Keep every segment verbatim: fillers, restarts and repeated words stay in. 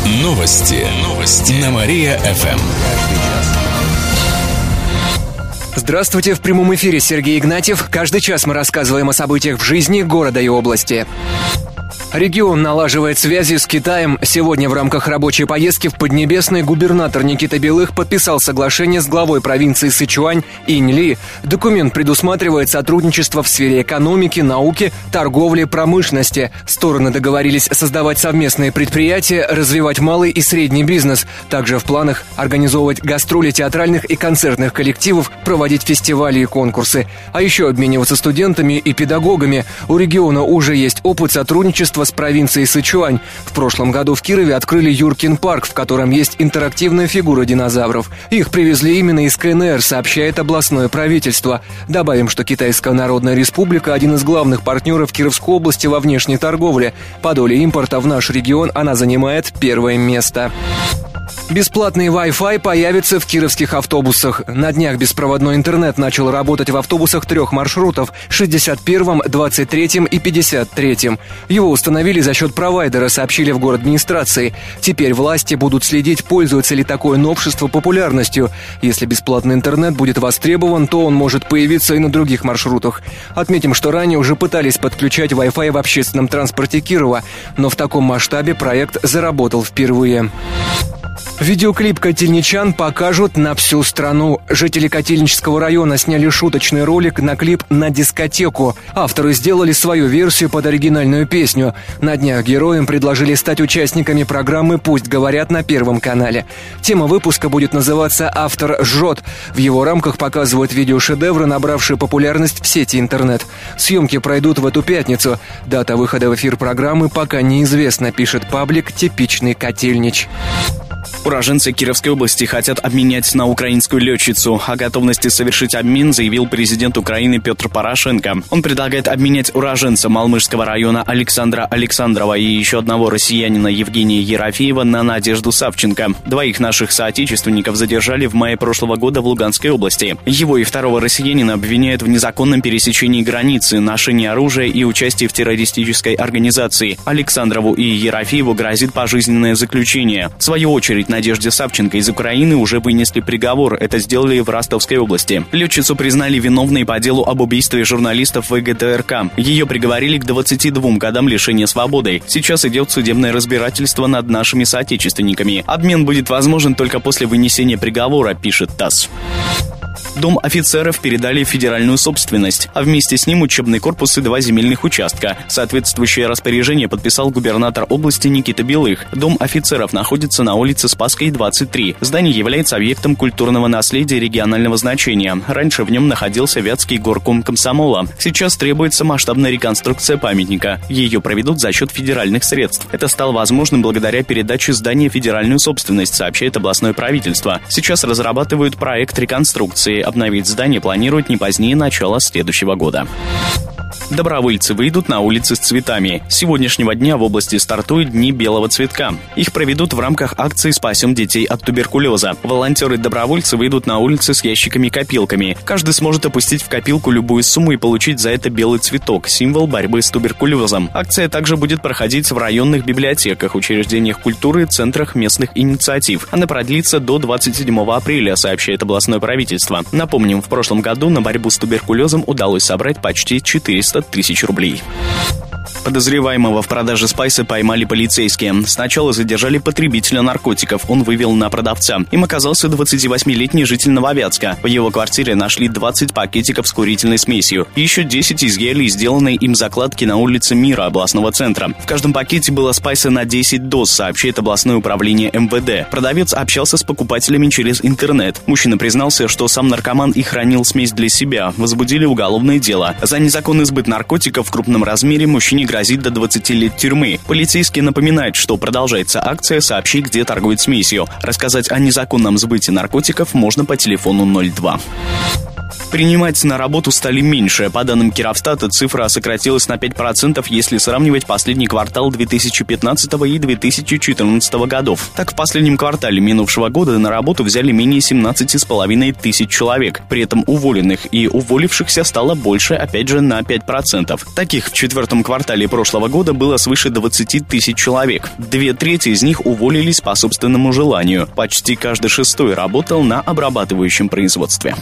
Новости. Новости. На Мария-ФМ. Здравствуйте, в прямом эфире Сергей Игнатьев. Каждый час мы рассказываем о событиях в жизни города и области. Регион налаживает связи с Китаем. Сегодня в рамках рабочей поездки в Поднебесной губернатор Никита Белых подписал соглашение с главой провинции Сычуань Инь Ли. Документ предусматривает сотрудничество в сфере экономики, науки, торговли, промышленности. Стороны договорились создавать совместные предприятия, развивать малый и средний бизнес. Также в планах организовывать гастроли театральных и концертных коллективов, проводить фестивали и конкурсы. А еще обмениваться студентами и педагогами. У региона уже есть опыт сотрудничества с провинцией Сычуань. В прошлом году в Кирове открыли Юркин парк, в котором есть интерактивная фигура динозавров. Их привезли именно из КНР, сообщает областное правительство. Добавим, что Китайская Народная Республика – один из главных партнеров Кировской области во внешней торговле. По доле импорта в наш регион она занимает первое место. Бесплатный Wi-Fi появится в кировских автобусах. На днях беспроводной интернет начал работать в автобусах трех маршрутов – шестьдесят первом, двадцать третьем и пятьдесят третьем. Его установили за счет провайдера, сообщили в городадминистрации. Теперь власти будут следить, пользуется ли такое новшество популярностью. Если бесплатный интернет будет востребован, то он может появиться и на других маршрутах. Отметим, что ранее уже пытались подключать Wi-Fi в общественном транспорте Кирова, но в таком масштабе проект заработал впервые. Видеоклип «Котельничан» покажут на всю страну. Жители Котельнического района сняли шуточный ролик на клип «На дискотеку». Авторы сделали свою версию под оригинальную песню. На днях героям предложили стать участниками программы «Пусть говорят» на Первом канале. Тема выпуска будет называться «Автор жжет». В его рамках показывают видеошедевры, набравшие популярность в сети интернет. Съемки пройдут в эту пятницу. Дата выхода в эфир программы пока неизвестна, пишет паблик «Типичный Котельнич». Уроженцы Кировской области хотят обменять на украинскую летчицу. О готовности совершить обмен заявил президент Украины Петр Порошенко. Он предлагает обменять уроженца Малмыжского района Александра Александрова и еще одного россиянина Евгения Ерофеева на Надежду Савченко. Двоих наших соотечественников задержали в мае прошлого года в Луганской области. Его и второго россиянина обвиняют в незаконном пересечении границы, ношении оружия и участии в террористической организации. Александрову и Ерофееву грозит пожизненное заключение. В свою очередь, Надежде Савченко из Украины уже вынесли приговор. Это сделали в Ростовской области. Летчицу признали виновной по делу об убийстве журналистов ВГТРК. Ее приговорили к двадцати двум годам лишения свободы. Сейчас идет судебное разбирательство над нашими соотечественниками. Обмен будет возможен только после вынесения приговора, пишет ТАСС. Дом офицеров передали в федеральную собственность, а вместе с ним учебный корпус и два земельных участка. Соответствующее распоряжение подписал губернатор области Никита Белых. Дом офицеров находится на улице Спасской, двадцать три. Здание является объектом культурного наследия регионального значения. Раньше в нем находился Вятский горком комсомола. Сейчас требуется масштабная реконструкция памятника. Ее проведут за счет федеральных средств. Это стало возможным благодаря передаче здания в федеральную собственность, сообщает областное правительство. Сейчас разрабатывают проект реконструкции. Обновить здание планируют не позднее начала следующего года. Добровольцы выйдут на улицы с цветами. С сегодняшнего дня в области стартуют Дни белого цветка. Их проведут в рамках акции «Спасем детей от туберкулеза». Волонтеры-добровольцы выйдут на улицы с ящиками-копилками. Каждый сможет опустить в копилку любую сумму и получить за это белый цветок – символ борьбы с туберкулезом. Акция также будет проходить в районных библиотеках, учреждениях культуры, центрах местных инициатив. Она продлится до двадцать седьмого апреля, сообщает областное правительство. Напомним, в прошлом году на борьбу с туберкулезом удалось собрать почти четыреста тысяч рублей. Подозреваемого в продаже спайса поймали полицейские. Сначала задержали потребителя наркотиков. Он вывел на продавца. Им оказался двадцативосьмилетний житель Нововятска. В его квартире нашли двадцать пакетиков с курительной смесью. Еще десять изъяли сделанные им закладки на улице Мира областного центра. В каждом пакете было спайса на десять доз, сообщает областное управление эм вэ дэ. Продавец общался с покупателями через интернет. Мужчина признался, что сам наркоман и хранил смесь для себя. Возбудили уголовное дело. За незаконный сбыт наркотиков в крупном размере мужчине грозит до двадцати лет тюрьмы. Полицейские напоминают, что продолжается акция «Сообщи, где торгуют смесью». Рассказать о незаконном сбыте наркотиков можно по телефону ноль два. Принимать на работу стали меньше. По данным Кировстата, цифра сократилась на пять процентов, если сравнивать последний квартал две тысячи пятнадцатого и две тысячи четырнадцатого годов. Так, в последнем квартале минувшего года на работу взяли менее семнадцати с половиной тысяч человек. При этом уволенных и уволившихся стало больше, опять же, на пять процентов. Таких в четвертом квартале прошлого года было свыше двадцати тысяч человек. Две трети из них уволились по собственному желанию. Почти каждый шестой работал на обрабатывающем производстве.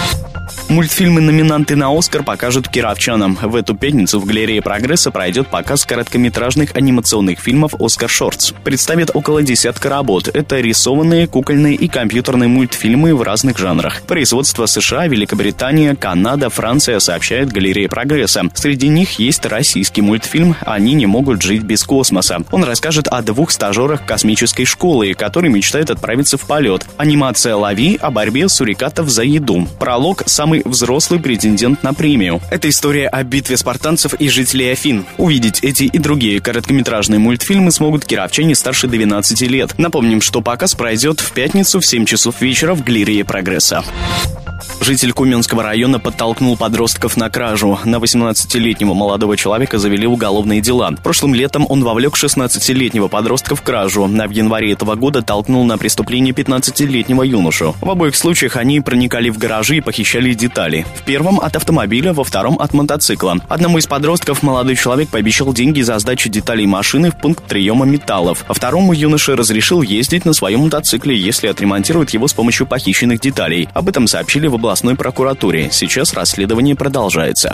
Мультфильмы-номинанты на «Оскар» покажут кировчанам. В эту пятницу в галерее «Прогресса» пройдет показ короткометражных анимационных фильмов «Оскар Шортс». Представят около десятка работ. Это рисованные, кукольные и компьютерные мультфильмы в разных жанрах. Производство США, Великобритания, Канада, Франция, сообщает галерея «Прогресса». Среди них есть российский мультфильм «Они не могут жить без космоса». Он расскажет о двух стажерах космической школы, которые мечтают отправиться в полет. Анимация «Лови» о борьбе сурикатов за еду. Пролог «Самый взрослый претендент на премию». Это история о битве спартанцев и жителей Афин. Увидеть эти и другие короткометражные мультфильмы смогут кировчане старше двенадцати лет. Напомним, что показ пройдет в пятницу в семь часов вечера в галерее «Прогресса». Житель Куменского района подтолкнул подростков на кражу. На восемнадцатилетнего молодого человека завели уголовные дела. Прошлым летом он вовлек шестнадцатилетнего подростка в кражу. А в январе этого года толкнул на преступление пятнадцатилетнего юношу. В обоих случаях они проникали в гаражи и похищали детали. В первом от автомобиля, во втором от мотоцикла. Одному из подростков молодой человек пообещал деньги за сдачу деталей машины в пункт приема металлов. А второму юноше разрешил ездить на своем мотоцикле, если отремонтирует его с помощью похищенных деталей. Об этом сообщили в областной прокуратуре. Сейчас расследование продолжается.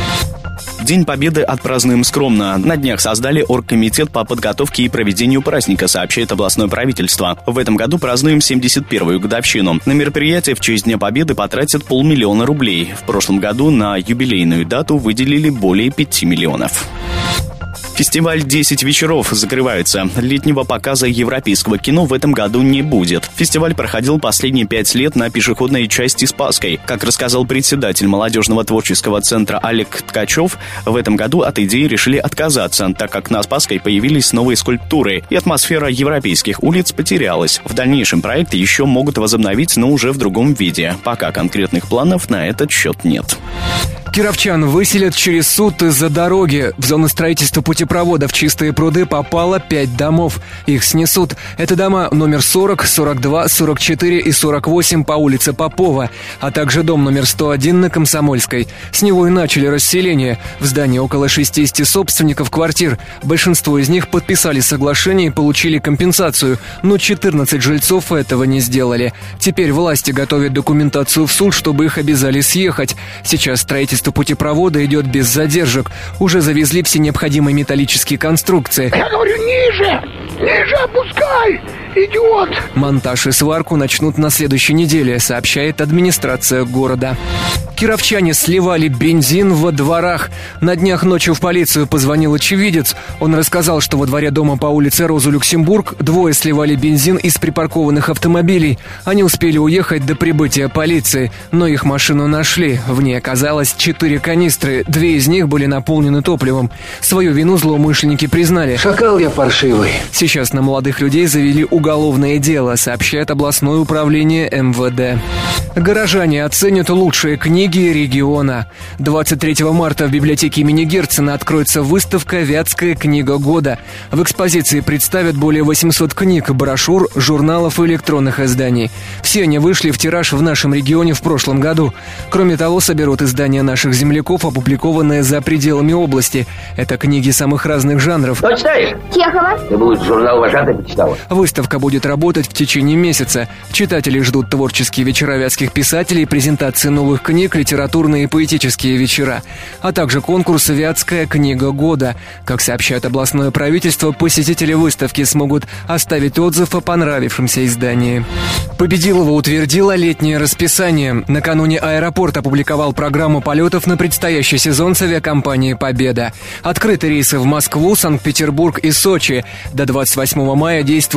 День Победы отпразднуем скромно. На днях создали оргкомитет по подготовке и проведению праздника, сообщает областное правительство. В этом году празднуем семьдесят первую годовщину. На мероприятие в честь Дня Победы потратят полмиллиона рублей. В прошлом году на юбилейную дату выделили более пяти миллионов. Фестиваль «десять вечеров» закрывается. Летнего показа европейского кино в этом году не будет. Фестиваль проходил последние пять лет на пешеходной части Спасской. Как рассказал председатель молодежного творческого центра Олег Ткачев, в этом году от идеи решили отказаться, так как на Спасской появились новые скульптуры, и атмосфера европейских улиц потерялась. В дальнейшем проект еще могут возобновить, но уже в другом виде. Пока конкретных планов на этот счет нет. Кировчан выселят через суд из-за дороги. В зону строительства путепровода в Чистые пруды попало пять домов. Их снесут. Это дома номер сорок, сорок два, сорок четыре и сорок восемь по улице Попова, а также дом номер сто один на Комсомольской. С него и начали расселение. В здании около шестидесяти собственников квартир. Большинство из них подписали соглашение и получили компенсацию, но четырнадцать жильцов этого не сделали. Теперь власти готовят документацию в суд, чтобы их обязали съехать. Сейчас строительство путепровода идет без задержек. Уже завезли все необходимые металлические конструкции. Я говорю, ниже! Ниже опускай! Идиот! Монтаж и сварку начнут на следующей неделе, сообщает администрация города. Кировчане сливали бензин во дворах. На днях ночью в полицию позвонил очевидец. Он рассказал, что во дворе дома по улице Розу-Люксембург двое сливали бензин из припаркованных автомобилей. Они успели уехать до прибытия полиции, но их машину нашли. В ней оказалось четыре канистры, две из них были наполнены топливом. Свою вину злоумышленники признали. Шакал я паршивый. Сейчас на молодых людей завели уголовное дело, сообщает областное управление эм вэ дэ. Горожане оценят лучшие книги региона. двадцать третьего марта в библиотеке имени Герцена откроется выставка «Вятская книга года». В экспозиции представят более восьмисот книг, брошюр, журналов и электронных изданий. Все они вышли в тираж в нашем регионе в прошлом году. Кроме того, соберут издания наших земляков, опубликованные за пределами области. Это книги самых разных жанров. Что читаешь? Чехова. Ты бы лучше журнал «Вожатый» почитала. Выставка будет работать в течение месяца. Читатели ждут творческие вечера вятских писателей, презентации новых книг, литературные и поэтические вечера, а также конкурс «Вятская книга года». Как сообщает областное правительство, посетители выставки смогут оставить отзыв о понравившемся издании. Победилова утвердила летнее расписание. Накануне аэропорт опубликовал программу полетов на предстоящий сезон с авиакомпанией «Победа». Открыты рейсы в Москву, Санкт-Петербург и Сочи. До двадцать восьмого мая действует прежний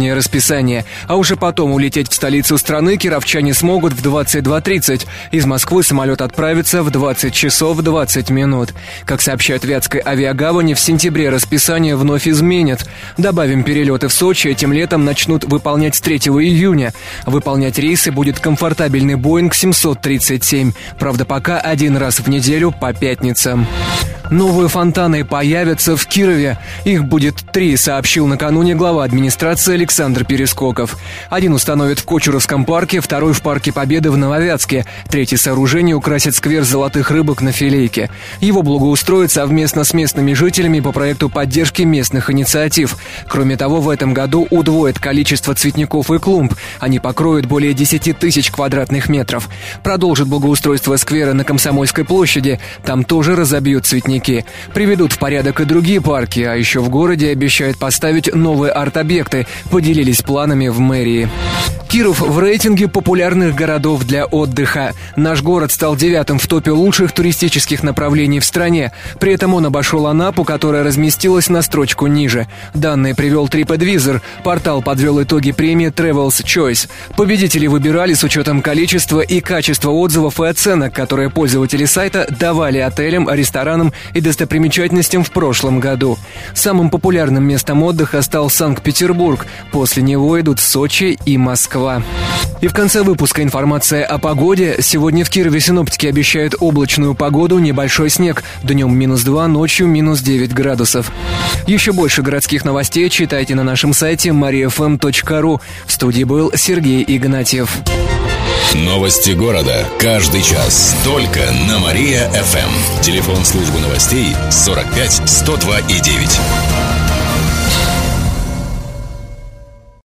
прежнее расписание. А уже потом улететь в столицу страны кировчане смогут в двадцать два тридцать. Из Москвы самолет отправится в двадцать часов двадцать минут. Как сообщают в Вятской авиагавани, в сентябре расписание вновь изменят. Добавим, перелеты в Сочи этим летом начнут выполнять с третьего июня. Выполнять рейсы будет комфортабельный Боинг семьсот тридцать семь. Правда, пока один раз в неделю по пятницам. Новые фонтаны появятся в Кирове. Их будет три, сообщил накануне глава администрации Александр Перескоков. Один установят в Кочуровском парке, второй в Парке Победы в Нововятске. Третье сооружение украсит сквер золотых рыбок на Филейке. Его благоустроят совместно с местными жителями по проекту поддержки местных инициатив. Кроме того, в этом году удвоят количество цветников и клумб. Они покроют более десять тысяч квадратных метров. Продолжит благоустройство сквера на Комсомольской площади. Там тоже разобьют цветники. Приведут в порядок и другие парки, а еще в городе обещают поставить новые арт-объекты, поделились планами в мэрии. Киров в рейтинге популярных городов для отдыха. Наш город стал девятым в топе лучших туристических направлений в стране. При этом он обошел Анапу, которая разместилась на строчку ниже. Данные привел TripAdvisor. Портал подвел итоги премии Travel's Choice. Победители выбирали с учетом количества и качества отзывов и оценок, которые пользователи сайта давали отелям, ресторанам и достопримечательностям в прошлом году. Самым популярным местом отдыха стал Санкт-Петербург. После него идут Сочи и Москва. И в конце выпуска информация о погоде. Сегодня в Кирове синоптики обещают облачную погоду, небольшой снег. Днем минус два, ночью минус девять градусов. Еще больше городских новостей читайте на нашем сайте мария эф эм точка ру. В студии был Сергей Игнатьев. Новости города. Каждый час. Только на Мария-ФМ. Телефон службы новостей сорок пять сто два и девять.